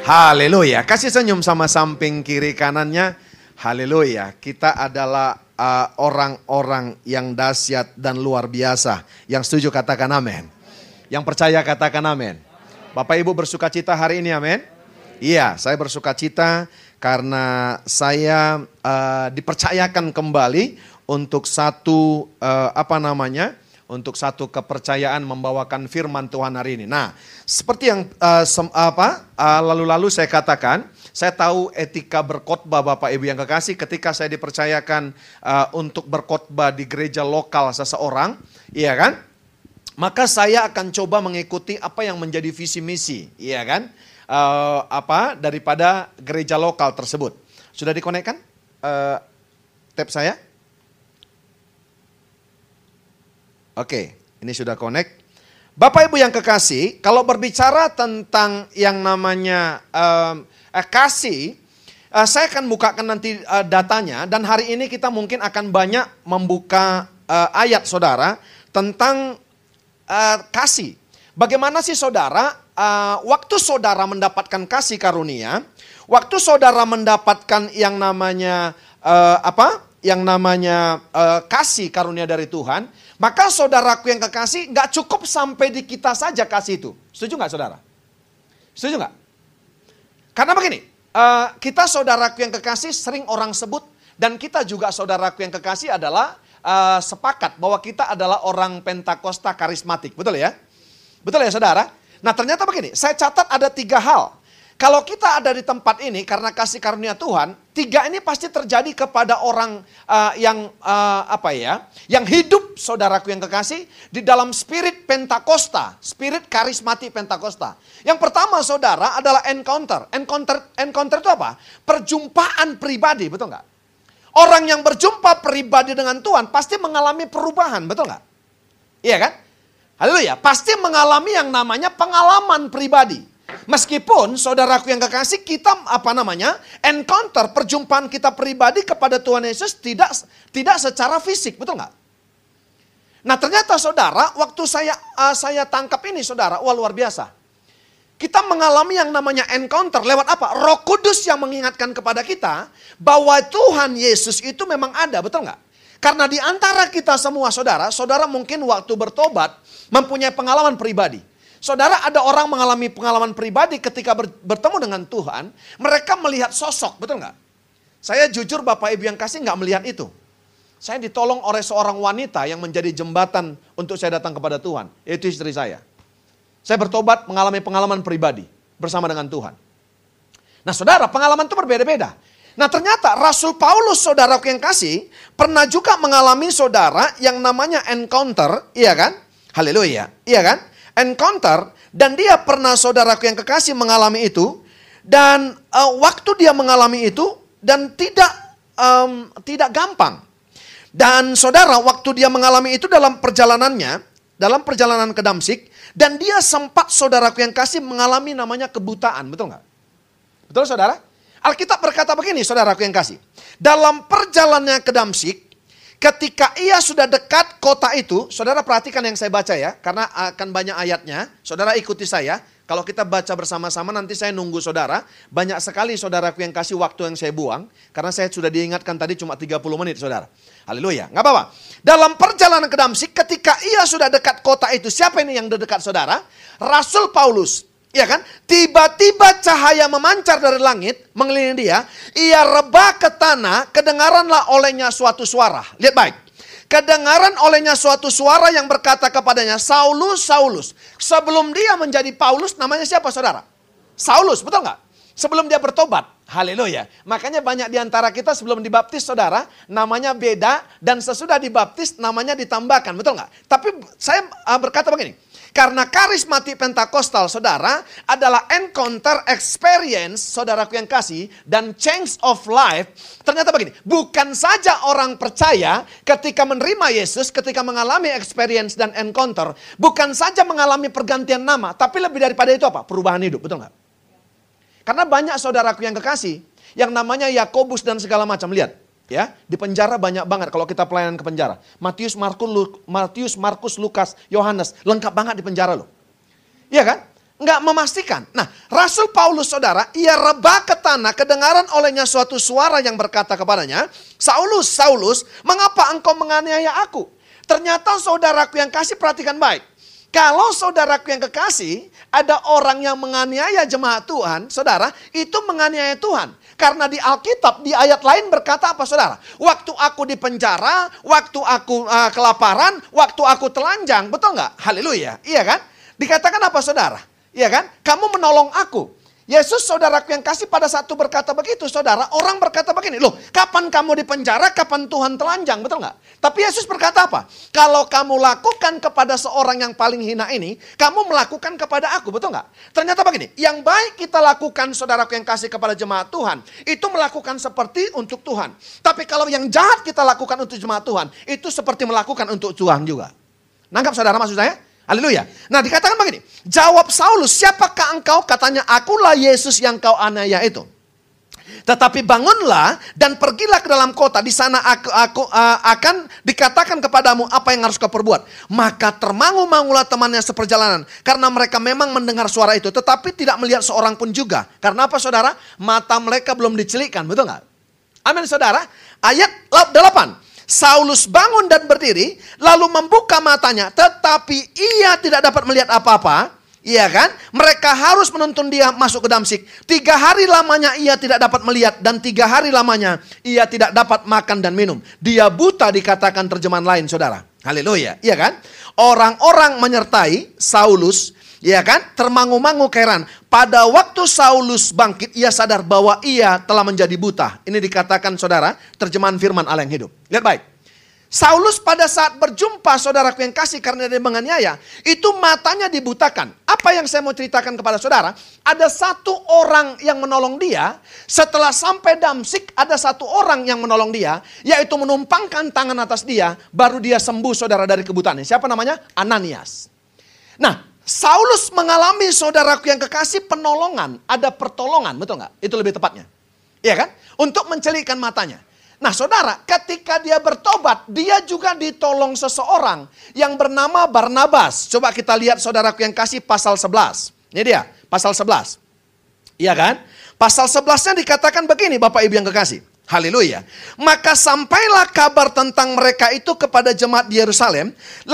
Haleluya. Kasih senyum sama samping kiri kanannya. Haleluya. Kita adalah orang-orang yang dahsyat dan luar biasa. Yang setuju katakan amin. Yang percaya katakan amin. Bapak Ibu bersuka cita hari ini, amin. Iya, saya bersuka cita karena saya dipercayakan kembali untuk satu untuk satu kepercayaan membawakan firman Tuhan hari ini. Nah, seperti yang lalu-lalu saya katakan, saya tahu etika berkhotbah Bapak Ibu yang kekasih ketika saya dipercayakan untuk berkhotbah di gereja lokal seseorang, iya kan? Maka saya akan coba mengikuti apa yang menjadi visi misi, iya kan? Daripada gereja lokal tersebut. Sudah dikonekkan tab saya? Oke, ini sudah connect. Bapak Ibu yang kekasih, kalau berbicara tentang yang namanya kasih, saya akan bukakan nanti datanya. Dan hari ini kita mungkin akan banyak membuka ayat saudara tentang kasih. Bagaimana sih saudara, waktu saudara mendapatkan kasih karunia, waktu saudara mendapatkan yang namanya kasih karunia dari Tuhan, maka saudaraku yang kekasih gak cukup sampai di kita saja kasih itu. Setuju gak saudara? Setuju gak? Karena begini, kita saudaraku yang kekasih sering orang sebut, dan kita juga saudaraku yang kekasih adalah sepakat bahwa kita adalah orang Pentakosta karismatik. Betul ya? Betul ya saudara? Nah ternyata begini, saya catat ada 3 hal. Kalau kita ada di tempat ini karena kasih karunia Tuhan, 3 ini pasti terjadi kepada orang yang hidup saudaraku yang kekasih di dalam spirit Pentakosta, spirit karismatik Pentakosta. Yang pertama saudara adalah encounter. Encounter itu apa? Perjumpaan pribadi, betul nggak? Orang yang berjumpa pribadi dengan Tuhan pasti mengalami perubahan, betul nggak? Iya kan? Haleluya, pasti mengalami yang namanya pengalaman pribadi. Meskipun saudaraku yang kekasih kita encounter perjumpaan kita pribadi kepada Tuhan Yesus tidak secara fisik, betul nggak? Nah ternyata saudara, waktu saya tangkap ini saudara, wah luar biasa. Kita mengalami yang namanya encounter lewat apa? Roh Kudus yang mengingatkan kepada kita bahwa Tuhan Yesus itu memang ada, betul nggak? Karena di antara kita semua saudara mungkin waktu bertobat mempunyai pengalaman pribadi. Saudara, ada orang mengalami pengalaman pribadi ketika bertemu dengan Tuhan, mereka melihat sosok, betul nggak? Saya jujur Bapak Ibu yang kasih nggak melihat itu. Saya ditolong oleh seorang wanita yang menjadi jembatan untuk saya datang kepada Tuhan, yaitu istri saya. Saya bertobat mengalami pengalaman pribadi bersama dengan Tuhan. Nah saudara, pengalaman itu berbeda-beda. Nah ternyata Rasul Paulus saudaraku yang kasih pernah juga mengalami saudara yang namanya encounter, iya kan? Haleluya, iya kan? Encounter, dan dia pernah saudaraku yang kekasih mengalami itu. Dan waktu dia mengalami itu dan tidak gampang. Dan saudara, waktu dia mengalami itu dalam perjalanan ke Damsyik, dan dia sempat saudaraku yang kasih mengalami namanya kebutaan, betul nggak? Betul saudara? Alkitab berkata begini saudaraku yang kasih. Dalam perjalanannya ke Damsyik, ketika ia sudah dekat kota itu, saudara perhatikan yang saya baca ya, karena akan banyak ayatnya, saudara ikuti saya. Kalau kita baca bersama-sama nanti saya nunggu saudara, banyak sekali saudaraku yang kasih waktu yang saya buang, karena saya sudah diingatkan tadi cuma 30 menit saudara. Haleluya, nggak apa-apa. Dalam perjalanan ke Damsyik, ketika ia sudah dekat kota itu, siapa ini yang dekat saudara? Rasul Paulus, ya kan? Tiba-tiba cahaya memancar dari langit, mengelilingi dia. Ia rebah ke tanah, kedengaranlah olehnya suatu suara. Lihat baik. Kedengaran olehnya suatu suara yang berkata kepadanya, Saulus, Saulus. Sebelum dia menjadi Paulus, namanya siapa saudara? Saulus, betul nggak? Sebelum dia bertobat. Haleluya. Makanya banyak di antara kita sebelum dibaptis saudara, namanya beda, dan sesudah dibaptis namanya ditambahkan, betul nggak? Tapi saya berkata begini, karena karismatik Pentakostal saudara adalah encounter experience saudaraku yang kasih dan change of life. Ternyata begini, bukan saja orang percaya ketika menerima Yesus, ketika mengalami experience dan encounter, bukan saja mengalami pergantian nama, tapi lebih daripada itu apa? Perubahan hidup, betul nggak? Karena banyak saudaraku yang kekasih, yang namanya Yakobus dan segala macam, lihat. Ya, di penjara banyak banget kalau kita pelayanan ke penjara. Matius, Markus, Lukas, Yohanes, lengkap banget di penjara loh. Iya kan? nggak memastikan. Nah, Rasul Paulus saudara, ia rebah ke tanah, kedengaran olehnya suatu suara yang berkata kepadanya, Saulus, Saulus, mengapa engkau menganiaya aku? Ternyata saudaraku yang kasih, perhatikan baik. Kalau saudaraku yang kekasih, ada orang yang menganiaya jemaat Tuhan, saudara, itu menganiaya Tuhan. Karena di Alkitab, di ayat lain berkata apa saudara? Waktu aku di penjara, waktu aku kelaparan, waktu aku telanjang, betul nggak? Haleluya, iya kan? Dikatakan apa saudara? Iya kan? Kamu menolong aku. Yesus saudaraku yang kasih pada satu berkata begitu saudara. Orang berkata begini, loh kapan kamu di penjara, kapan Tuhan telanjang, betul nggak? Tapi Yesus berkata apa? Kalau kamu lakukan kepada seorang yang paling hina ini, kamu melakukan kepada aku, betul nggak? Ternyata begini, yang baik kita lakukan saudaraku yang kasih kepada jemaat Tuhan, itu melakukan seperti untuk Tuhan. Tapi kalau yang jahat kita lakukan untuk jemaat Tuhan, itu seperti melakukan untuk Tuhan juga. Nangkap saudara maksud saya? Haleluya. Nah dikatakan begini, jawab Saulus, siapakah engkau? Katanya, akulah Yesus yang kau aniaya itu. Tetapi bangunlah dan pergilah ke dalam kota. Di sana aku akan dikatakan kepadamu apa yang harus kau perbuat. Maka termangu-mangulah temannya seperjalanan. Karena mereka memang mendengar suara itu. Tetapi tidak melihat seorang pun juga. Karena apa saudara? Mata mereka belum dicelikkan. Betul nggak? Amin saudara. Ayat 8. Saulus bangun dan berdiri, lalu membuka matanya, tetapi ia tidak dapat melihat apa-apa. Iya kan? Mereka harus menuntun dia masuk ke Damsyik. 3 hari lamanya ia tidak dapat melihat, dan 3 hari lamanya ia tidak dapat makan dan minum. Dia buta, dikatakan terjemahan lain, saudara. Haleluya, iya kan? Orang-orang menyertai Saulus, iya kan? Termangu-mangu keheran. Pada waktu Saulus bangkit, ia sadar bahwa ia telah menjadi buta. Ini dikatakan saudara, terjemahan firman Allah yang hidup. Lihat baik. Saulus pada saat berjumpa saudaraku yang kasih karena dia menganiaya, itu matanya dibutakan. Apa yang saya mau ceritakan kepada saudara? Ada satu orang yang menolong dia. Setelah sampai Damsyik, ada satu orang yang menolong dia, yaitu menumpangkan tangan atas dia, baru dia sembuh saudara dari kebutaannya. Siapa namanya? Ananias. Nah, Saulus mengalami saudaraku yang kekasih penolongan, ada pertolongan, betul nggak? Itu lebih tepatnya. Iya kan? Untuk mencelikkan matanya. Nah saudara, ketika dia bertobat, dia juga ditolong seseorang yang bernama Barnabas. Coba kita lihat saudaraku yang kasih pasal 11. Ini dia, pasal 11. Iya kan? Pasal 11-nya dikatakan begini Bapak Ibu yang kekasih. Haleluya. Maka sampailah kabar tentang mereka itu kepada jemaat di Yerusalem.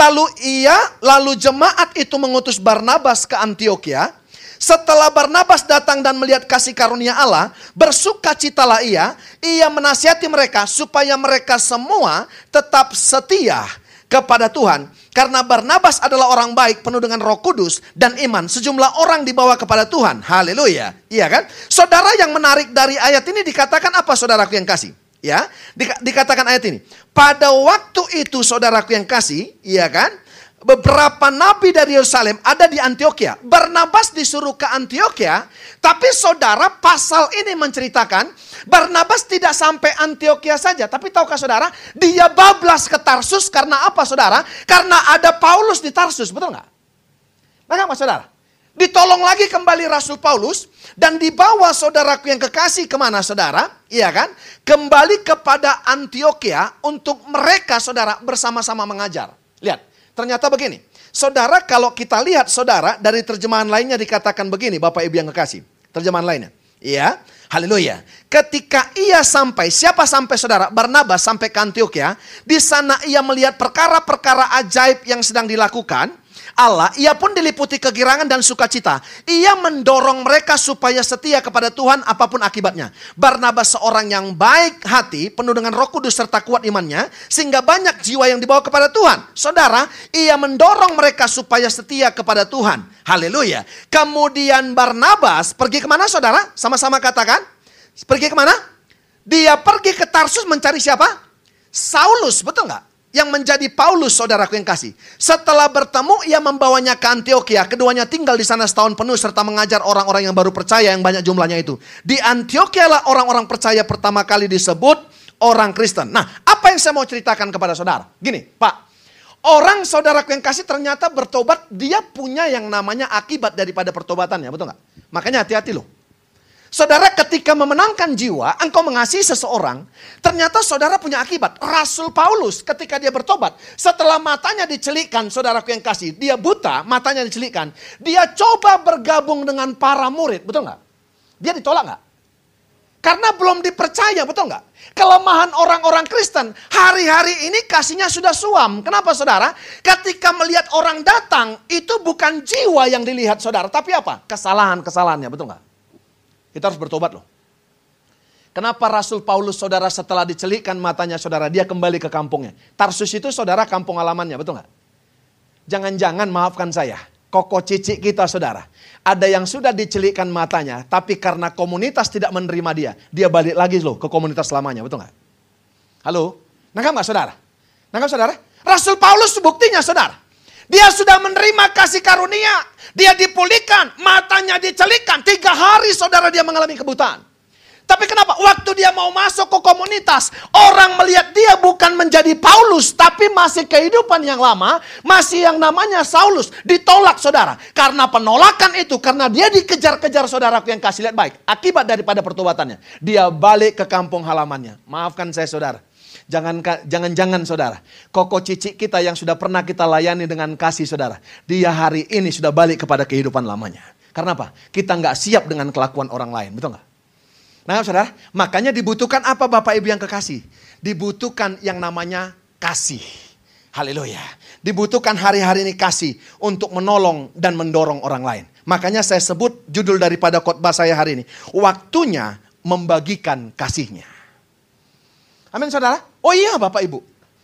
Lalu jemaat itu mengutus Barnabas ke Antiokhia. Setelah Barnabas datang dan melihat kasih karunia Allah, bersukacitalah ia menasihati mereka supaya mereka semua tetap setia kepada Tuhan. Karena Barnabas adalah orang baik, penuh dengan Roh Kudus dan iman. Sejumlah orang dibawa kepada Tuhan. Haleluya. Iya kan? Saudara, yang menarik dari ayat ini dikatakan apa saudaraku yang kasih? Ya, dikatakan ayat ini. Pada waktu itu saudaraku yang kasih, iya kan? Beberapa nabi dari Yerusalem ada di Antiokhia. Barnabas disuruh ke Antiokhia, tapi saudara, pasal ini menceritakan Barnabas tidak sampai Antiokhia saja. Tapi tahukah saudara, dia bablas ke Tarsus karena apa saudara? Karena ada Paulus di Tarsus, betul nggak? Nah, apa saudara? Ditolong lagi kembali Rasul Paulus dan dibawa saudaraku yang kekasih kemana saudara? Iya kan? Kembali kepada Antiokhia untuk mereka saudara bersama-sama mengajar. Lihat. Ternyata begini, saudara, kalau kita lihat saudara, dari terjemahan lainnya dikatakan begini Bapak Ibu yang kekasih. Terjemahan lainnya. Iya, haleluya. Ketika ia sampai, siapa sampai saudara? Barnabas sampai ke Antiokhia. Di sana ia melihat perkara-perkara ajaib yang sedang dilakukan Allah, ia pun diliputi kegirangan dan sukacita. Ia mendorong mereka supaya setia kepada Tuhan apapun akibatnya. Barnabas seorang yang baik hati, penuh dengan Roh Kudus serta kuat imannya, sehingga banyak jiwa yang dibawa kepada Tuhan. Saudara, ia mendorong mereka supaya setia kepada Tuhan. Haleluya. Kemudian Barnabas pergi kemana saudara? Sama-sama katakan. Pergi kemana? Dia pergi ke Tarsus mencari siapa? Saulus, betul nggak? Yang menjadi Paulus, saudaraku yang kasih. Setelah bertemu, ia membawanya ke Antiokhia. Keduanya tinggal di sana setahun penuh serta mengajar orang-orang yang baru percaya yang banyak jumlahnya itu. Di Antiokhia lah orang-orang percaya pertama kali disebut orang Kristen. Nah, apa yang saya mau ceritakan kepada saudara? Gini, Pak. Orang saudaraku yang kasih ternyata bertobat, dia punya yang namanya akibat daripada pertobatannya, betul nggak? Makanya hati-hati loh. Saudara, ketika memenangkan jiwa, engkau mengasihi seseorang, ternyata saudara punya akibat. Rasul Paulus ketika dia bertobat, setelah matanya dicelikkan, saudaraku yang kasih, dia buta, matanya dicelikkan, dia coba bergabung dengan para murid, betul nggak? Dia ditolak nggak? Karena belum dipercaya, betul nggak? Kelemahan orang-orang Kristen, hari-hari ini kasihnya sudah suam. Kenapa saudara? Ketika melihat orang datang, itu bukan jiwa yang dilihat saudara, tapi apa? Kesalahan-kesalahannya, betul nggak? Kita harus bertobat loh. Kenapa Rasul Paulus saudara setelah dicelikkan matanya saudara, dia kembali ke kampungnya. Tarsus itu saudara kampung halamannya, betul nggak? Jangan-jangan maafkan saya, koko cicik kita saudara. Ada yang sudah dicelikkan matanya, tapi karena komunitas tidak menerima dia balik lagi loh ke komunitas lamanya, betul nggak? Halo? Nangkap nggak saudara? Nangkap saudara? Rasul Paulus buktinya saudara. Dia sudah menerima kasih karunia. Dia dipulihkan, matanya dicelikkan. 3 hari saudara dia mengalami kebutaan. Tapi kenapa? Waktu dia mau masuk ke komunitas, orang melihat dia bukan menjadi Paulus, tapi masih kehidupan yang lama, masih yang namanya Saulus. Ditolak saudara. Karena penolakan itu, karena dia dikejar-kejar saudaraku yang kasih lihat baik. Akibat daripada pertobatannya, dia balik ke kampung halamannya. Maafkan saya saudara. Jangan-jangan saudara, koko cicik kita yang sudah pernah kita layani dengan kasih saudara, dia hari ini sudah balik kepada kehidupan lamanya. Karena apa? Kita nggak siap dengan kelakuan orang lain, betul nggak? Nah saudara, makanya dibutuhkan apa Bapak Ibu yang kekasih? Dibutuhkan yang namanya kasih. Haleluya. Dibutuhkan hari-hari ini kasih untuk menolong dan mendorong orang lain. Makanya saya sebut judul daripada khotbah saya hari ini, waktunya membagikan kasihnya. Amin saudara. Oh iya Bapak Ibu.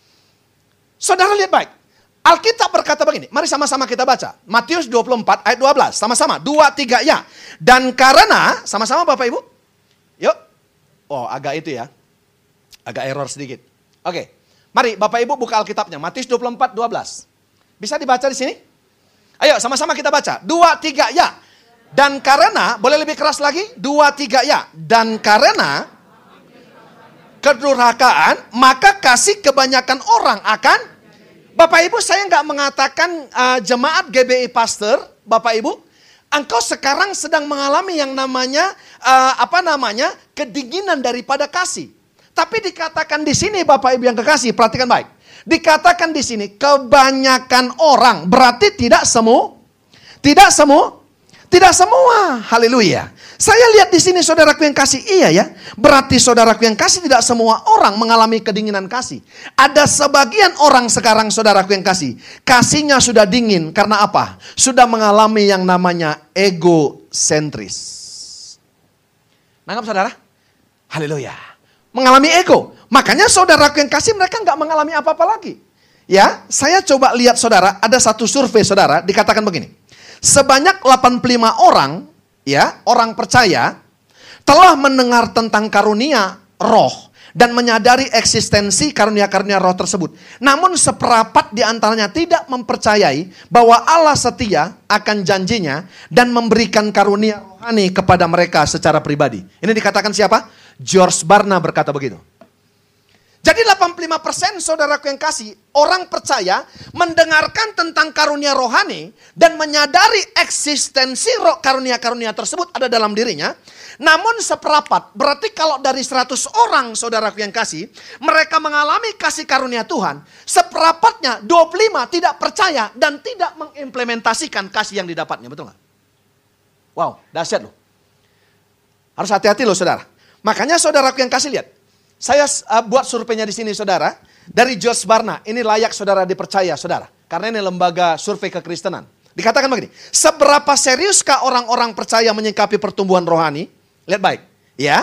Saudara lihat baik. Alkitab berkata begini. Mari sama-sama kita baca. Matius 24 ayat 12. Sama-sama. 2, 3 ya. Dan karena. Sama-sama Bapak Ibu. Yuk. Oh agak itu ya. Agak error sedikit. Oke. Mari Bapak Ibu buka Alkitabnya. Matius 24, 12. Bisa dibaca di sini? Ayo sama-sama kita baca. 2, 3 ya. Dan karena. Boleh lebih keras lagi? 2, 3 ya. Dan karena kedurhakaan, maka kasih kebanyakan orang akan. Bapak Ibu, saya nggak mengatakan jemaat GBI Pastor, Bapak Ibu, engkau sekarang sedang mengalami yang namanya kedinginan daripada kasih. Tapi dikatakan di sini Bapak Ibu yang kekasih, perhatikan baik. Dikatakan di sini kebanyakan orang, berarti tidak semua. Haleluya. Saya lihat di sini saudaraku yang kasih, iya ya. Berarti saudaraku yang kasih tidak semua orang mengalami kedinginan kasih. Ada sebagian orang sekarang saudaraku yang kasih, kasihnya sudah dingin karena apa? Sudah mengalami yang namanya egosentris. Nangkap saudara? Haleluya. Mengalami ego. Makanya saudaraku yang kasih mereka nggak mengalami apa-apa lagi. Ya, saya coba lihat saudara, ada satu survei saudara, dikatakan begini. Sebanyak 85 orang, ya, orang percaya telah mendengar tentang karunia roh dan menyadari eksistensi karunia-karunia roh tersebut. Namun seperempat di antaranya tidak mempercayai bahwa Allah setia akan janjinya dan memberikan karunia rohani kepada mereka secara pribadi. Ini dikatakan siapa? George Barna berkata begitu. Jadi 85% saudaraku yang kasih, orang percaya mendengarkan tentang karunia rohani dan menyadari eksistensi karunia-karunia tersebut ada dalam dirinya. Namun seperempat, berarti kalau dari 100 orang saudaraku yang kasih, mereka mengalami kasih karunia Tuhan, seperempatnya 25 tidak percaya dan tidak mengimplementasikan kasih yang didapatnya, betul nggak? Wow, dahsyat loh. Harus hati-hati loh saudara. Makanya saudaraku yang kasih lihat. Saya buat surveinya di sini saudara. Dari George Barna. Ini layak saudara dipercaya saudara. Karena ini lembaga survei kekristenan. Dikatakan begini. Seberapa seriuskah orang-orang percaya menyikapi pertumbuhan rohani? Lihat baik. Ya.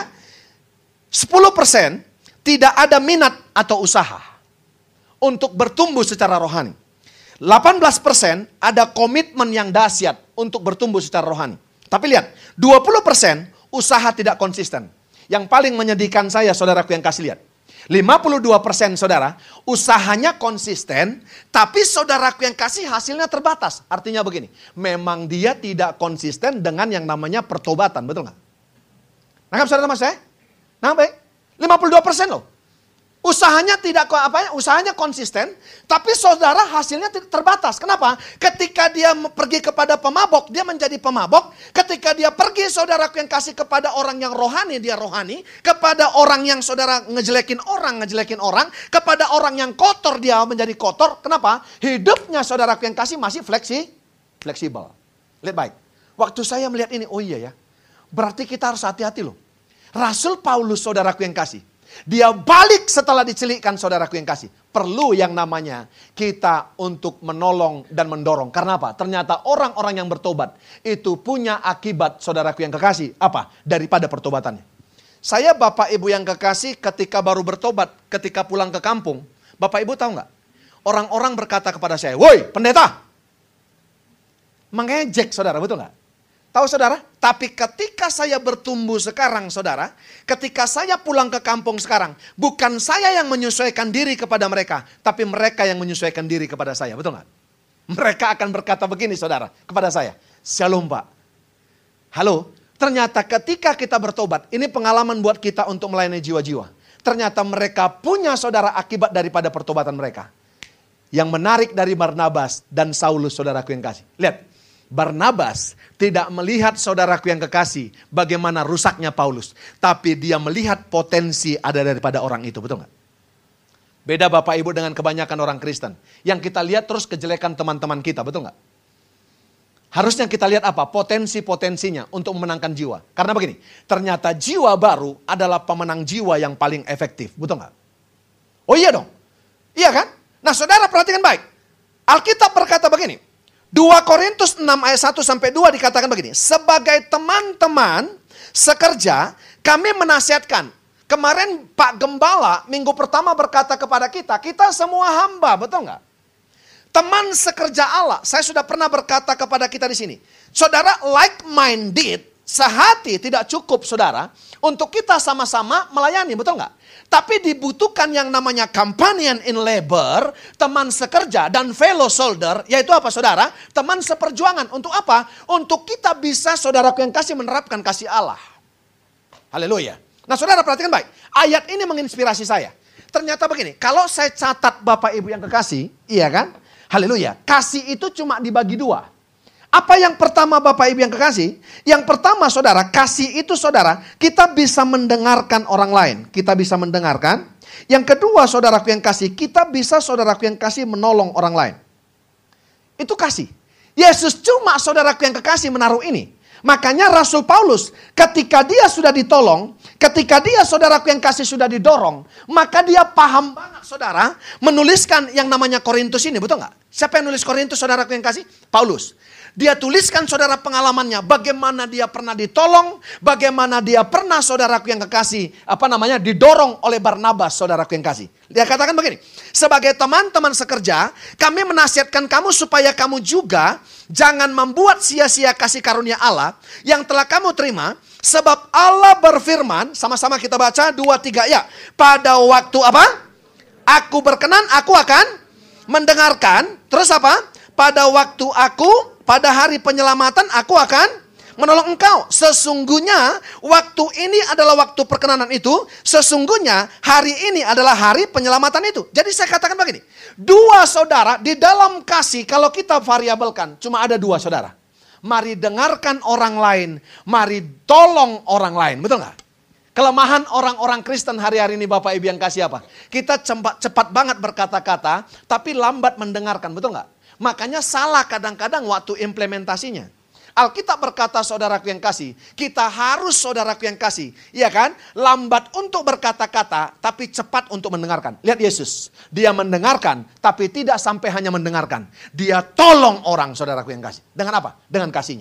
10% tidak ada minat atau usaha untuk bertumbuh secara rohani. 18% ada komitmen yang dahsyat untuk bertumbuh secara rohani. Tapi lihat. 20% usaha tidak konsisten. Yang paling menyedihkan saya saudaraku yang kasih lihat. 52% saudara, usahanya konsisten, tapi saudaraku yang kasih hasilnya terbatas. Artinya begini, memang dia tidak konsisten dengan yang namanya pertobatan, betul nggak? Nangkap saudara mas saya? Nangkap baik? 52% loh. Usahanya usahanya konsisten, tapi saudara hasilnya terbatas. Kenapa? Ketika dia pergi kepada pemabok, dia menjadi pemabok. Ketika dia pergi, saudaraku yang kasih, kepada orang yang rohani, dia rohani. Kepada orang yang saudara ngejelekin orang. Kepada orang yang kotor, dia menjadi kotor. Kenapa? Hidupnya saudaraku yang kasih masih fleksibel. Lihat baik. Waktu saya melihat ini, oh iya ya. Berarti kita harus hati-hati loh. Rasul Paulus, saudaraku yang kasih, dia balik setelah dicelikkan, saudaraku yang kasih. Perlu yang namanya kita untuk menolong dan mendorong. Karena apa? Ternyata orang-orang yang bertobat itu punya akibat, saudaraku yang kekasih. Apa? Daripada pertobatannya. Saya Bapak Ibu yang kekasih, ketika baru bertobat, ketika pulang ke kampung, Bapak Ibu tahu nggak? Orang-orang berkata kepada saya, "Woi pendeta!" Mengejek saudara, betul nggak? Tahu saudara? Tapi ketika saya bertumbuh sekarang saudara, ketika saya pulang ke kampung sekarang, bukan saya yang menyesuaikan diri kepada mereka, tapi mereka yang menyesuaikan diri kepada saya, betul nggak? Mereka akan berkata begini saudara, kepada saya, "Shalom Pak." Halo, ternyata ketika kita bertobat, ini pengalaman buat kita untuk melayani jiwa-jiwa. Ternyata mereka punya saudara akibat daripada pertobatan mereka. Yang menarik dari Barnabas dan Saulus, saudaraku yang kasih. Lihat. Barnabas tidak melihat saudaraku yang kekasih bagaimana rusaknya Paulus. Tapi dia melihat potensi ada daripada orang itu, betul nggak? Beda Bapak Ibu dengan kebanyakan orang Kristen. Yang kita lihat terus kejelekan teman-teman kita, betul nggak? Harusnya kita lihat apa? Potensi-potensinya untuk memenangkan jiwa. Karena begini, ternyata jiwa baru adalah pemenang jiwa yang paling efektif, betul nggak? Oh iya dong, iya kan? Nah saudara perhatikan baik. Alkitab berkata begini. 2 Korintus 6 ayat 1 sampai 2 dikatakan begini. Sebagai teman-teman sekerja, kami menasihatkan. Kemarin Pak Gembala minggu pertama berkata kepada kita semua hamba, betul nggak? Teman sekerja Allah. Saya sudah pernah berkata kepada kita di sini. Saudara, like-minded, sehati tidak cukup saudara, untuk kita sama-sama melayani, betul nggak? Tapi dibutuhkan yang namanya companion in labor, teman sekerja dan fellow soldier, yaitu apa saudara? Teman seperjuangan. Untuk apa? Untuk kita bisa, saudaraku yang kasih, menerapkan kasih Allah. Haleluya. Nah saudara perhatikan baik. Ayat ini menginspirasi saya. Ternyata begini, kalau saya catat Bapak Ibu yang kekasih, iya kan? Haleluya. Kasih itu cuma dibagi dua. Apa yang pertama Bapak Ibu yang kekasih? Yang pertama saudara, kasih itu saudara, kita bisa mendengarkan orang lain. Kita bisa mendengarkan. Yang kedua saudaraku yang kasih, kita bisa saudaraku yang kasih menolong orang lain. Itu kasih. Yesus cuma saudaraku yang kekasih menaruh ini. Makanya Rasul Paulus ketika dia sudah ditolong, ketika dia saudaraku yang kasih sudah didorong, maka dia paham banget saudara menuliskan yang namanya Korintus ini, betul nggak? Siapa yang nulis Korintus saudaraku yang kasih? Paulus. Dia tuliskan saudara pengalamannya, bagaimana dia pernah ditolong, bagaimana dia pernah saudaraku yang kekasih, didorong oleh Barnabas saudaraku yang kasih. Dia katakan begini, sebagai teman-teman sekerja, kami menasihatkan kamu supaya kamu juga jangan membuat sia-sia kasih karunia Allah yang telah kamu terima, sebab Allah berfirman, sama-sama kita baca 2-3 ya. Pada waktu apa? Aku berkenan, aku akan mendengarkan. Terus apa? Pada waktu pada hari penyelamatan aku akan menolong engkau. Sesungguhnya waktu ini adalah waktu perkenanan itu. Sesungguhnya hari ini adalah hari penyelamatan itu. Jadi saya katakan begini. Dua saudara di dalam kasih, kalau kita variabelkan, cuma ada dua saudara. Mari dengarkan orang lain. Mari tolong orang lain. Betul nggak? Kelemahan orang-orang Kristen hari-hari ini Bapak Ibu yang kasih apa? Kita cepat banget berkata-kata, tapi lambat mendengarkan. Betul nggak? Makanya salah kadang-kadang waktu implementasinya. Alkitab berkata saudaraku yang kasih, kita harus saudaraku yang kasih, iya kan? Lambat untuk berkata-kata, tapi cepat untuk mendengarkan. Lihat Yesus, dia mendengarkan, tapi tidak sampai hanya mendengarkan. Dia tolong orang saudaraku yang kasih. Dengan apa? Dengan kasihnya.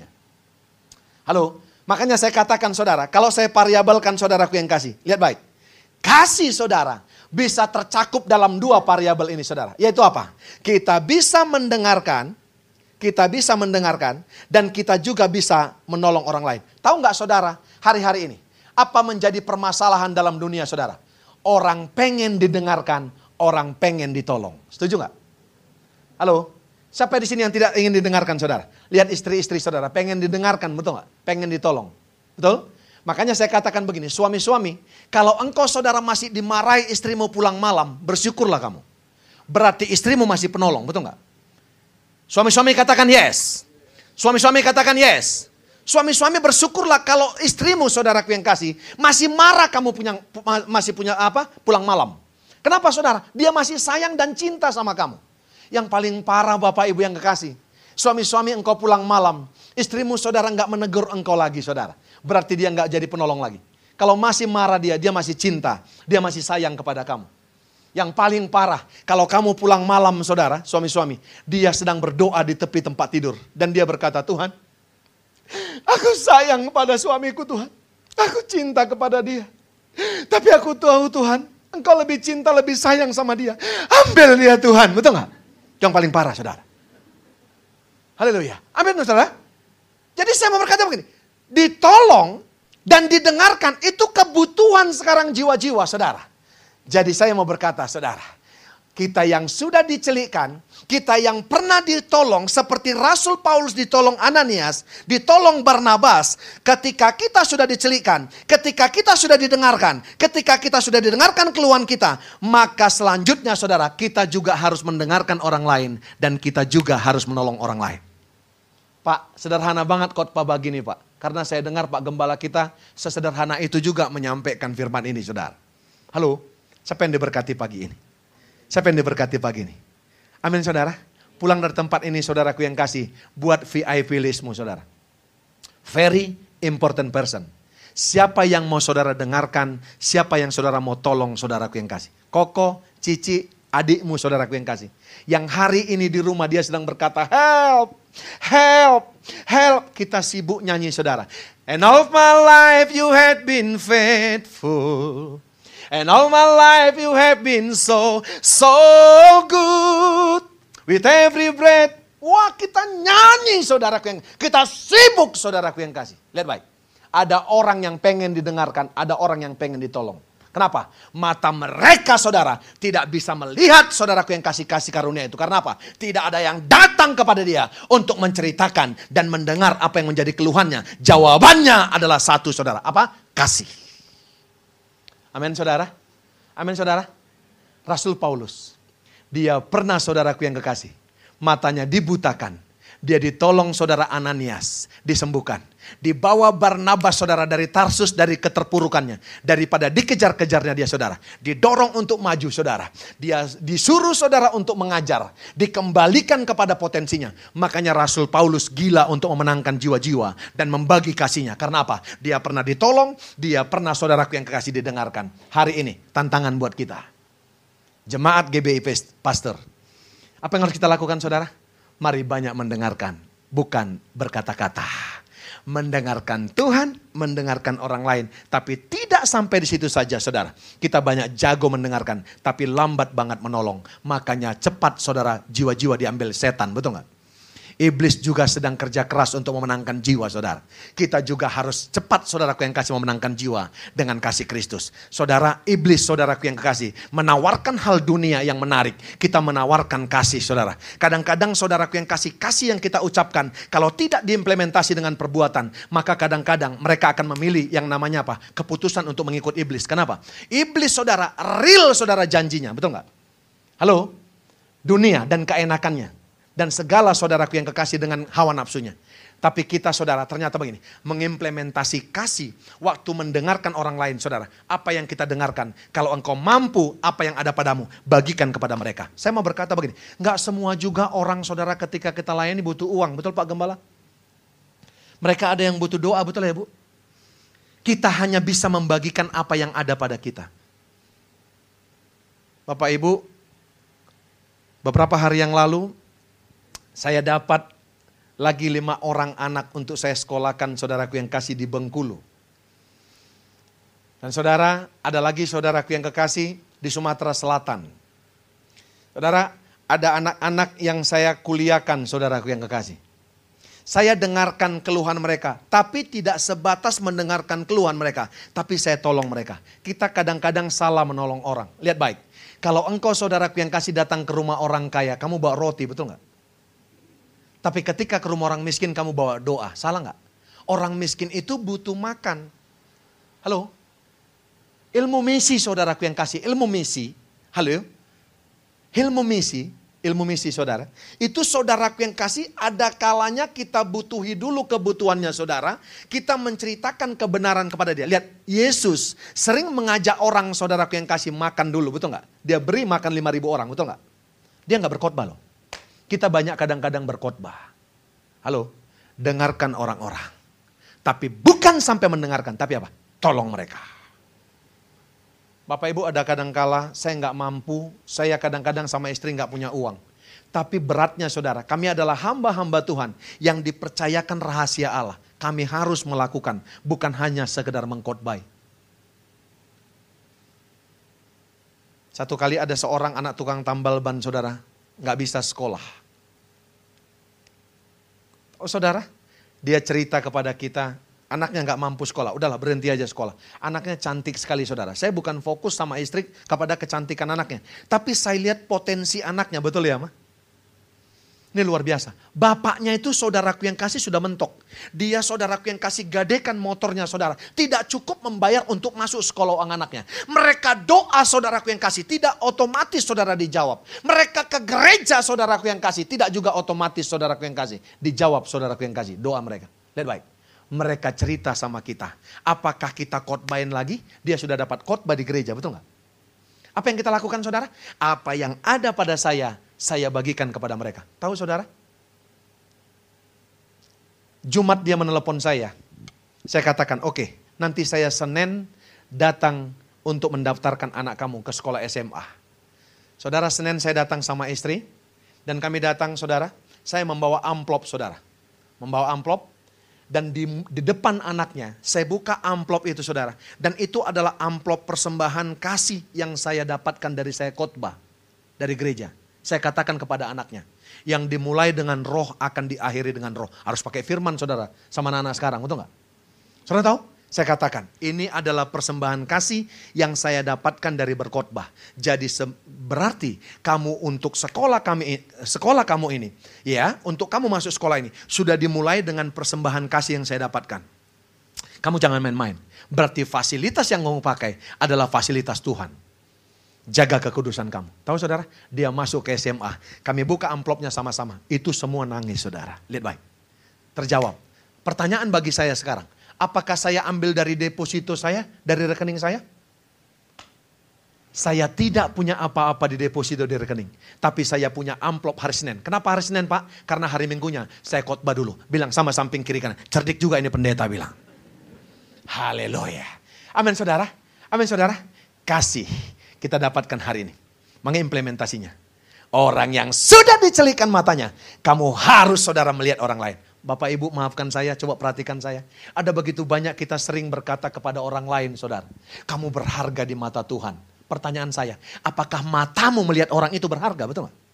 Halo, makanya saya katakan saudara, kalau saya variabelkan saudaraku yang kasih, lihat baik. Kasih saudara bisa tercakup dalam dua variabel ini saudara. Yaitu apa? Kita bisa mendengarkan, dan kita juga bisa menolong orang lain. Tahu nggak saudara, hari-hari ini, apa menjadi permasalahan dalam dunia saudara? Orang pengen didengarkan, orang pengen ditolong. Setuju nggak? Halo? Siapa di sini yang tidak ingin didengarkan saudara? Lihat istri-istri saudara, pengen didengarkan, betul nggak? Pengen ditolong. Betul? Makanya saya katakan begini, suami-suami, kalau engkau saudara masih dimarahi istrimu pulang malam, bersyukurlah kamu. Berarti istrimu masih penolong, betul nggak? Suami-suami katakan yes. Suami-suami katakan yes. Suami-suami bersyukurlah kalau istrimu, saudaraku yang kasih, masih marah kamu masih punya pulang malam. Kenapa saudara? Dia masih sayang dan cinta sama kamu. Yang paling parah Bapak Ibu yang kekasih, suami-suami engkau pulang malam, istrimu saudara nggak menegur engkau lagi saudara. Berarti dia nggak jadi penolong lagi. Kalau masih marah dia masih cinta, dia masih sayang kepada kamu. Yang paling parah, kalau kamu pulang malam saudara, suami-suami, dia sedang berdoa di tepi tempat tidur. Dan dia berkata, Tuhan, aku sayang kepada suamiku Tuhan. Aku cinta kepada dia. Tapi aku tahu Tuhan, engkau lebih cinta, lebih sayang sama dia. Ambil dia Tuhan, betul nggak? Yang paling parah saudara. Haleluya. Amin saudara. Jadi saya mau berkata begini. Ditolong dan didengarkan itu kebutuhan sekarang jiwa-jiwa saudara. Jadi saya mau berkata saudara. Kita yang sudah dicelikkan, kita yang pernah ditolong seperti Rasul Paulus ditolong Ananias, ditolong Barnabas, ketika kita sudah dicelikkan, ketika kita sudah didengarkan, ketika kita sudah didengarkan keluhan kita, maka selanjutnya saudara, kita juga harus mendengarkan orang lain dan kita juga harus menolong orang lain. Pak, sederhana banget khotbah pagi ini Pak, karena saya dengar Pak Gembala kita sesederhana itu juga menyampaikan firman ini saudara. Halo, siapa yang diberkati pagi ini? Siapa yang diberkati pagi ini? Amin saudara. Pulang dari tempat ini saudaraku yang kasih. Buat VIP listmu saudara. Very important person. Siapa yang mau saudara dengarkan. Siapa yang saudara mau tolong saudaraku yang kasih. Koko, Cici, adikmu saudaraku yang kasih. Yang hari ini di rumah dia sedang berkata help, help, help. Kita sibuk nyanyi saudara. And all of my life you had been faithful. And all my life you have been so good. With every breath. Wah kita nyanyi saudaraku yang. Kita sibuk saudaraku yang kasih. Lihat baik. Ada orang yang pengen didengarkan. Ada orang yang pengen ditolong. Kenapa? Mata mereka saudara tidak bisa melihat saudaraku yang kasih karunia itu. Karena apa? Tidak ada yang datang kepada dia untuk menceritakan dan mendengar apa yang menjadi keluhannya. Jawabannya adalah satu saudara. Apa? Kasih. Amin saudara. Amin saudara. Rasul Paulus. Dia pernah saudaraku yang kekasih. Matanya dibutakan. Dia ditolong saudara Ananias. Disembuhkan. Dibawa Barnabas saudara dari Tarsus dari keterpurukannya. Daripada dikejar-kejarnya dia saudara. Didorong untuk maju saudara. Dia disuruh saudara untuk mengajar. Dikembalikan kepada potensinya. Makanya Rasul Paulus gila untuk memenangkan jiwa-jiwa. Dan membagi kasihnya. Karena apa? Dia pernah ditolong. Dia pernah saudaraku yang kekasih didengarkan. Hari ini tantangan buat kita. Jemaat GBI Pastor. Apa yang harus kita lakukan saudara? Mari banyak mendengarkan. Bukan berkata-kata. Mendengarkan Tuhan, mendengarkan orang lain. Tapi tidak sampai di situ saja saudara. Kita banyak jago mendengarkan, tapi lambat banget menolong. Makanya cepat saudara jiwa-jiwa diambil setan, betul nggak? Iblis juga sedang kerja keras untuk memenangkan jiwa saudara. Kita juga harus cepat saudaraku yang kasih memenangkan jiwa dengan kasih Kristus. Saudara, iblis saudaraku yang kekasih menawarkan hal dunia yang menarik. Kita menawarkan kasih saudara. Kadang-kadang saudaraku yang kasih yang kita ucapkan. Kalau tidak diimplementasi dengan perbuatan. Maka kadang-kadang mereka akan memilih yang namanya apa? Keputusan untuk mengikut iblis. Kenapa? Iblis saudara, real saudara janjinya. Betul nggak? Halo? Dunia dan keenakannya. Dan segala saudaraku yang kekasih dengan hawa nafsunya. Tapi kita saudara ternyata begini. Mengimplementasi kasih waktu mendengarkan orang lain saudara. Apa yang kita dengarkan. Kalau engkau mampu apa yang ada padamu. Bagikan kepada mereka. Saya mau berkata begini. Enggak semua juga orang saudara ketika kita layani butuh uang. Betul Pak Gembala? Mereka ada yang butuh doa. Betul ya Bu? Kita hanya bisa membagikan apa yang ada pada kita. Bapak Ibu. Beberapa hari yang lalu. Saya dapat lagi 5 orang anak untuk saya sekolahkan saudaraku yang kasih di Bengkulu. Dan saudara, ada lagi saudaraku yang kekasih di Sumatera Selatan. Saudara, ada anak-anak yang saya kuliahkan saudaraku yang kekasih. Saya dengarkan keluhan mereka, tapi tidak sebatas mendengarkan keluhan mereka. Tapi saya tolong mereka. Kita kadang-kadang salah menolong orang. Lihat baik, kalau engkau saudaraku yang kasih datang ke rumah orang kaya, kamu bawa roti, betul nggak? Tapi ketika ke rumah orang miskin kamu bawa doa, salah nggak? Orang miskin itu butuh makan. Halo? Ilmu misi saudaraku yang kasih, ilmu misi. Halo? Ilmu misi saudara. Itu saudaraku yang kasih, ada kalanya kita butuhi dulu kebutuhannya saudara. Kita menceritakan kebenaran kepada dia. Lihat, Yesus sering mengajak orang saudaraku yang kasih makan dulu, betul nggak? Dia beri makan 5.000 orang, betul nggak? Dia nggak berkhotbah loh. Kita banyak kadang-kadang berkhotbah. Halo? Dengarkan orang-orang. Tapi bukan sampai mendengarkan, tapi apa? Tolong mereka. Bapak Ibu, ada kadang-kala saya nggak mampu, saya kadang-kadang sama istri nggak punya uang. Tapi beratnya saudara, kami adalah hamba-hamba Tuhan yang dipercayakan rahasia Allah. Kami harus melakukan, bukan hanya sekedar mengkhotbah. Satu kali ada seorang anak tukang tambal ban saudara, nggak bisa sekolah. Oh saudara, dia cerita kepada kita, anaknya nggak mampu sekolah, udahlah berhenti aja sekolah. Anaknya cantik sekali saudara. Saya bukan fokus sama istri kepada kecantikan anaknya. Tapi saya lihat potensi anaknya, betul ya Ma? Ini luar biasa. Bapaknya itu saudaraku yang kasih sudah mentok. Dia saudaraku yang kasih gadekan motornya saudara. Tidak cukup membayar untuk masuk sekolah uang anaknya. Mereka doa saudaraku yang kasih, tidak otomatis saudara dijawab. Mereka ke gereja saudaraku yang kasih, tidak juga otomatis saudaraku yang kasih dijawab saudaraku yang kasih. Doa mereka. Lihat baik. Mereka cerita sama kita. Apakah kita khotbahin lagi? Dia sudah dapat khotbah di gereja, betul nggak? Apa yang kita lakukan saudara? Apa yang ada pada saya bagikan kepada mereka. Tahu saudara? Jumat dia menelepon saya. Saya katakan, oke, nanti saya Senin datang untuk mendaftarkan anak kamu ke sekolah SMA. Saudara, Senin saya datang sama istri. Dan kami datang saudara, saya membawa amplop saudara. Membawa amplop. Dan di depan anaknya, saya buka amplop itu saudara. Dan itu adalah amplop persembahan kasih yang saya dapatkan dari saya khotbah. Dari gereja. Saya katakan kepada anaknya. Yang dimulai dengan roh akan diakhiri dengan roh. Harus pakai firman saudara. Sama anak-anak sekarang, betul gak? Saudara tahu? Saya katakan, ini adalah persembahan kasih yang saya dapatkan dari berkhotbah. Jadi berarti kamu untuk sekolah kamu ini, ya, untuk kamu masuk sekolah ini sudah dimulai dengan persembahan kasih yang saya dapatkan. Kamu jangan main-main. Berarti fasilitas yang kamu pakai adalah fasilitas Tuhan. Jaga kekudusan kamu. Tahu saudara, dia masuk ke SMA. Kami buka amplopnya sama-sama. Itu semua nangis saudara. Lihat baik. Terjawab. Pertanyaan bagi saya sekarang. Apakah saya ambil dari deposito saya, dari rekening saya? Saya tidak punya apa-apa di deposito di rekening. Tapi saya punya amplop hari Senin. Kenapa hari Senin Pak? Karena hari Minggunya saya khotbah dulu. Bilang sama samping kiri kanan. Cerdik juga ini pendeta bilang. Haleluya. Amin saudara. Amin saudara. Kasih kita dapatkan hari ini. Mengimplementasinya. Orang yang sudah dicelikan matanya. Kamu harus saudara melihat orang lain. Bapak Ibu maafkan saya, coba perhatikan saya. Ada begitu banyak kita sering berkata kepada orang lain saudara. Kamu berharga di mata Tuhan. Pertanyaan saya, apakah matamu melihat orang itu berharga, betul gak?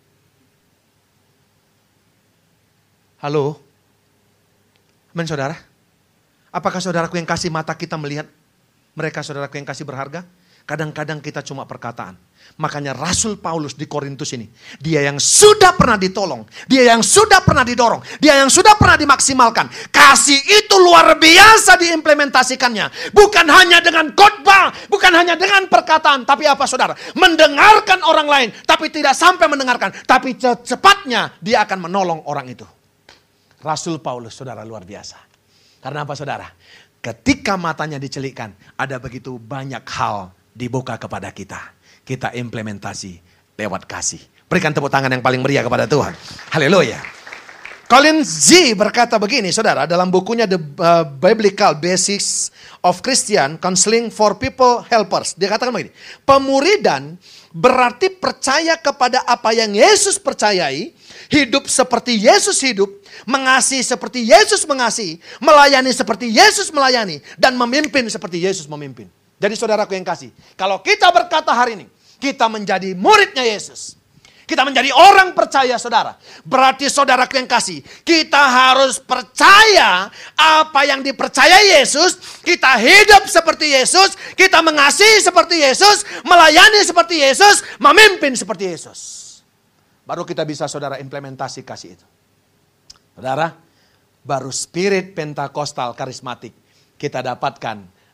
Halo? Amin saudara? Apakah saudaraku yang kasih mata kita melihat mereka saudaraku yang kasih berharga? Kadang-kadang kita cuma perkataan. Makanya Rasul Paulus di Korintus ini. Dia yang sudah pernah ditolong. Dia yang sudah pernah didorong. Dia yang sudah pernah dimaksimalkan. Kasih itu luar biasa diimplementasikannya. Bukan hanya dengan khotbah. Bukan hanya dengan perkataan. Tapi apa saudara? Mendengarkan orang lain. Tapi tidak sampai mendengarkan. Tapi cepatnya dia akan menolong orang itu. Rasul Paulus saudara luar biasa. Karena apa saudara? Ketika matanya dicelikkan. Ada begitu banyak hal dibuka kepada kita. Kita implementasi lewat kasih. Berikan tepuk tangan yang paling meriah kepada Tuhan. Haleluya. Colin Z berkata begini saudara. Dalam bukunya The Biblical Basics of Christian Counseling for People Helpers. Dia katakan begini. Pemuridan berarti percaya kepada apa yang Yesus percayai. Hidup seperti Yesus hidup. Mengasihi seperti Yesus mengasihi. Melayani seperti Yesus melayani. Dan memimpin seperti Yesus memimpin. Jadi saudaraku yang kasih, kalau kita berkata hari ini, kita menjadi muridnya Yesus. Kita menjadi orang percaya saudara. Berarti saudaraku yang kasih, kita harus percaya apa yang dipercaya Yesus. Kita hidup seperti Yesus. Kita mengasihi seperti Yesus. Melayani seperti Yesus. Memimpin seperti Yesus. Baru kita bisa saudara implementasi kasih itu. Saudara, baru spirit Pentakostal karismatik kita dapatkan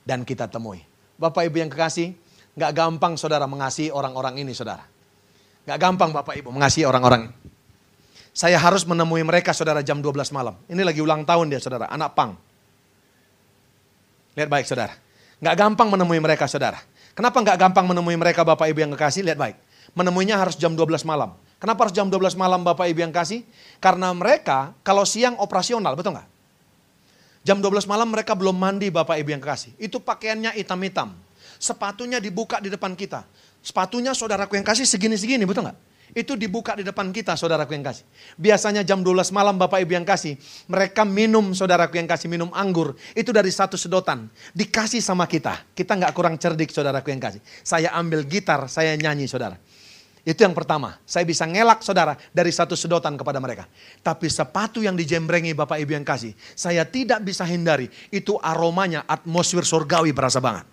dan kita temui. Bapak Ibu yang kekasih, gak gampang saudara mengasihi orang-orang ini saudara. Gak gampang Bapak Ibu mengasihi orang-orang ini. Saya harus menemui mereka saudara jam 12 malam. Ini lagi ulang tahun dia saudara, anak pang. Lihat baik saudara. Gak gampang menemui mereka saudara. Kenapa gak gampang menemui mereka Bapak Ibu yang kekasih? Lihat baik. Menemuinya harus jam 12 malam. Kenapa harus jam 12 malam Bapak Ibu yang kasih? Karena mereka kalau siang operasional, betul gak? Jam 12 malam mereka belum mandi Bapak Ibu yang kekasih. Itu pakaiannya hitam-hitam. Sepatunya dibuka di depan kita. Sepatunya saudaraku yang kasih segini-segini, betul gak? Itu dibuka di depan kita saudaraku yang kasih. Biasanya jam 12 malam Bapak Ibu yang kasih. Mereka minum saudaraku yang kasih, minum anggur. Itu dari satu sedotan. Dikasih sama kita. Kita gak kurang cerdik saudaraku yang kasih. Saya ambil gitar, saya nyanyi saudara. Itu yang pertama, saya bisa ngelak saudara dari satu sedotan kepada mereka. Tapi sepatu yang dijembrengi Bapak Ibu yang kasih, saya tidak bisa hindari. Itu aromanya, atmosfer surgawi berasa banget.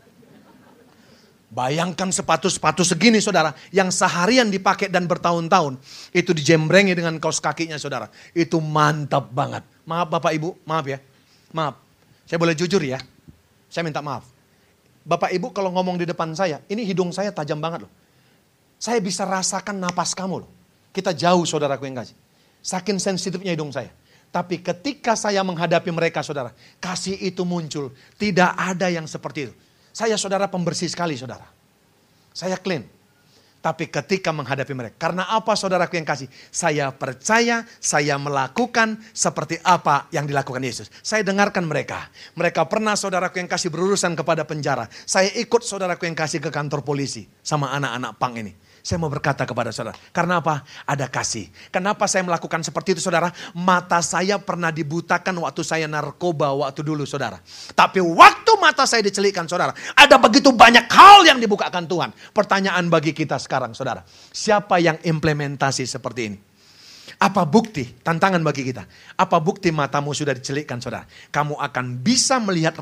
Bayangkan sepatu-sepatu segini saudara, yang seharian dipakai dan bertahun-tahun. Itu dijembrengi dengan kaos kakinya saudara. Itu mantap banget. Maaf Bapak Ibu, maaf ya. Maaf, saya boleh jujur ya. Saya minta maaf. Bapak Ibu kalau ngomong di depan saya, ini hidung saya tajam banget loh. Saya bisa rasakan napas kamu loh. Kita jauh saudaraku yang kasih. Saking sensitifnya hidung saya. Tapi ketika saya menghadapi mereka saudara, kasih itu muncul. Tidak ada yang seperti itu. Saya saudara pembersih sekali saudara. Saya clean. Tapi ketika menghadapi mereka. Karena apa saudaraku yang kasih? Saya percaya, saya melakukan seperti apa yang dilakukan Yesus. Saya dengarkan mereka. Mereka pernah saudaraku yang kasih berurusan kepada penjara. Saya ikut saudaraku yang kasih ke kantor polisi. Sama anak-anak pang ini. Saya mau berkata kepada saudara, karena apa? Ada kasih. Kenapa saya melakukan seperti itu saudara? Mata saya pernah dibutakan waktu saya narkoba waktu dulu saudara. Tapi waktu mata saya dicelikkan saudara, ada begitu banyak hal yang dibukakan Tuhan. Pertanyaan bagi kita sekarang saudara, siapa yang implementasi seperti ini? Apa bukti? Tantangan bagi kita. Apa bukti matamu sudah dicelikkan saudara? Kamu akan bisa melihat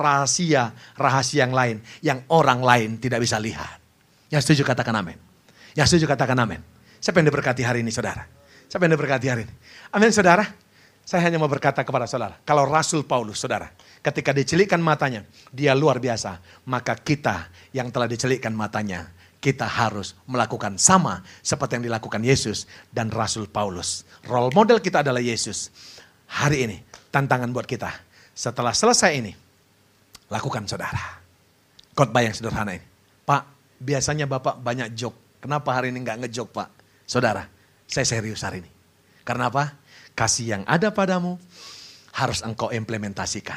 rahasia yang lain, yang orang lain tidak bisa lihat. Yang setuju katakan amin. Yang setuju katakan amin. Saya pengen diberkati hari ini saudara. Saya pengen diberkati hari ini. Amin saudara. Saya hanya mau berkata kepada saudara. Kalau Rasul Paulus saudara. Ketika dicelikkan matanya. Dia luar biasa. Maka kita yang telah dicelikkan matanya. Kita harus melakukan sama. Seperti yang dilakukan Yesus dan Rasul Paulus. Role model kita adalah Yesus. Hari ini tantangan buat kita. Setelah selesai ini. Lakukan saudara. Khotbah yang sederhana ini. Pak, biasanya Bapak banyak joke. Kenapa hari ini gak ngejok Pak? Saudara, saya serius hari ini. Karena apa? Kasih yang ada padamu harus engkau implementasikan.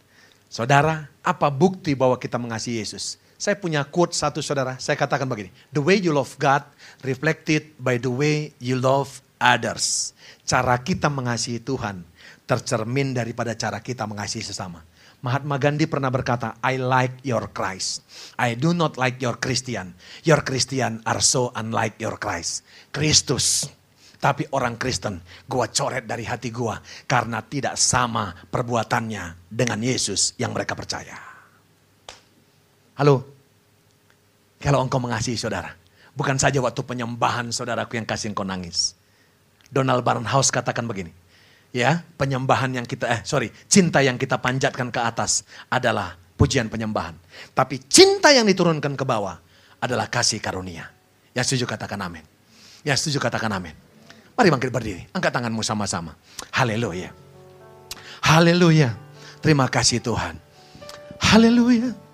Saudara, apa bukti bahwa kita mengasihi Yesus? Saya punya quote satu saudara, saya katakan begini. The way you love God reflected by the way you love others. Cara kita mengasihi Tuhan tercermin daripada cara kita mengasihi sesama. Mahatma Gandhi pernah berkata, I like your Christ. I do not like your Christian. Your Christian are so unlike your Christ. Kristus. Tapi orang Kristen, gua coret dari hati gua. Karena tidak sama perbuatannya dengan Yesus yang mereka percaya. Halo. Kalau engkau mengasihi saudara. Bukan saja waktu penyembahan saudaraku yang kasih engkau nangis. Donald Barnhouse katakan begini. Ya, penyembahan yang cinta yang kita panjatkan ke atas adalah pujian penyembahan. Tapi cinta yang diturunkan ke bawah adalah kasih karunia. Yang setuju katakan amin. Yang setuju katakan amin. Mari bangkit berdiri, angkat tanganmu sama-sama. Haleluya. Haleluya. Terima kasih Tuhan. Haleluya.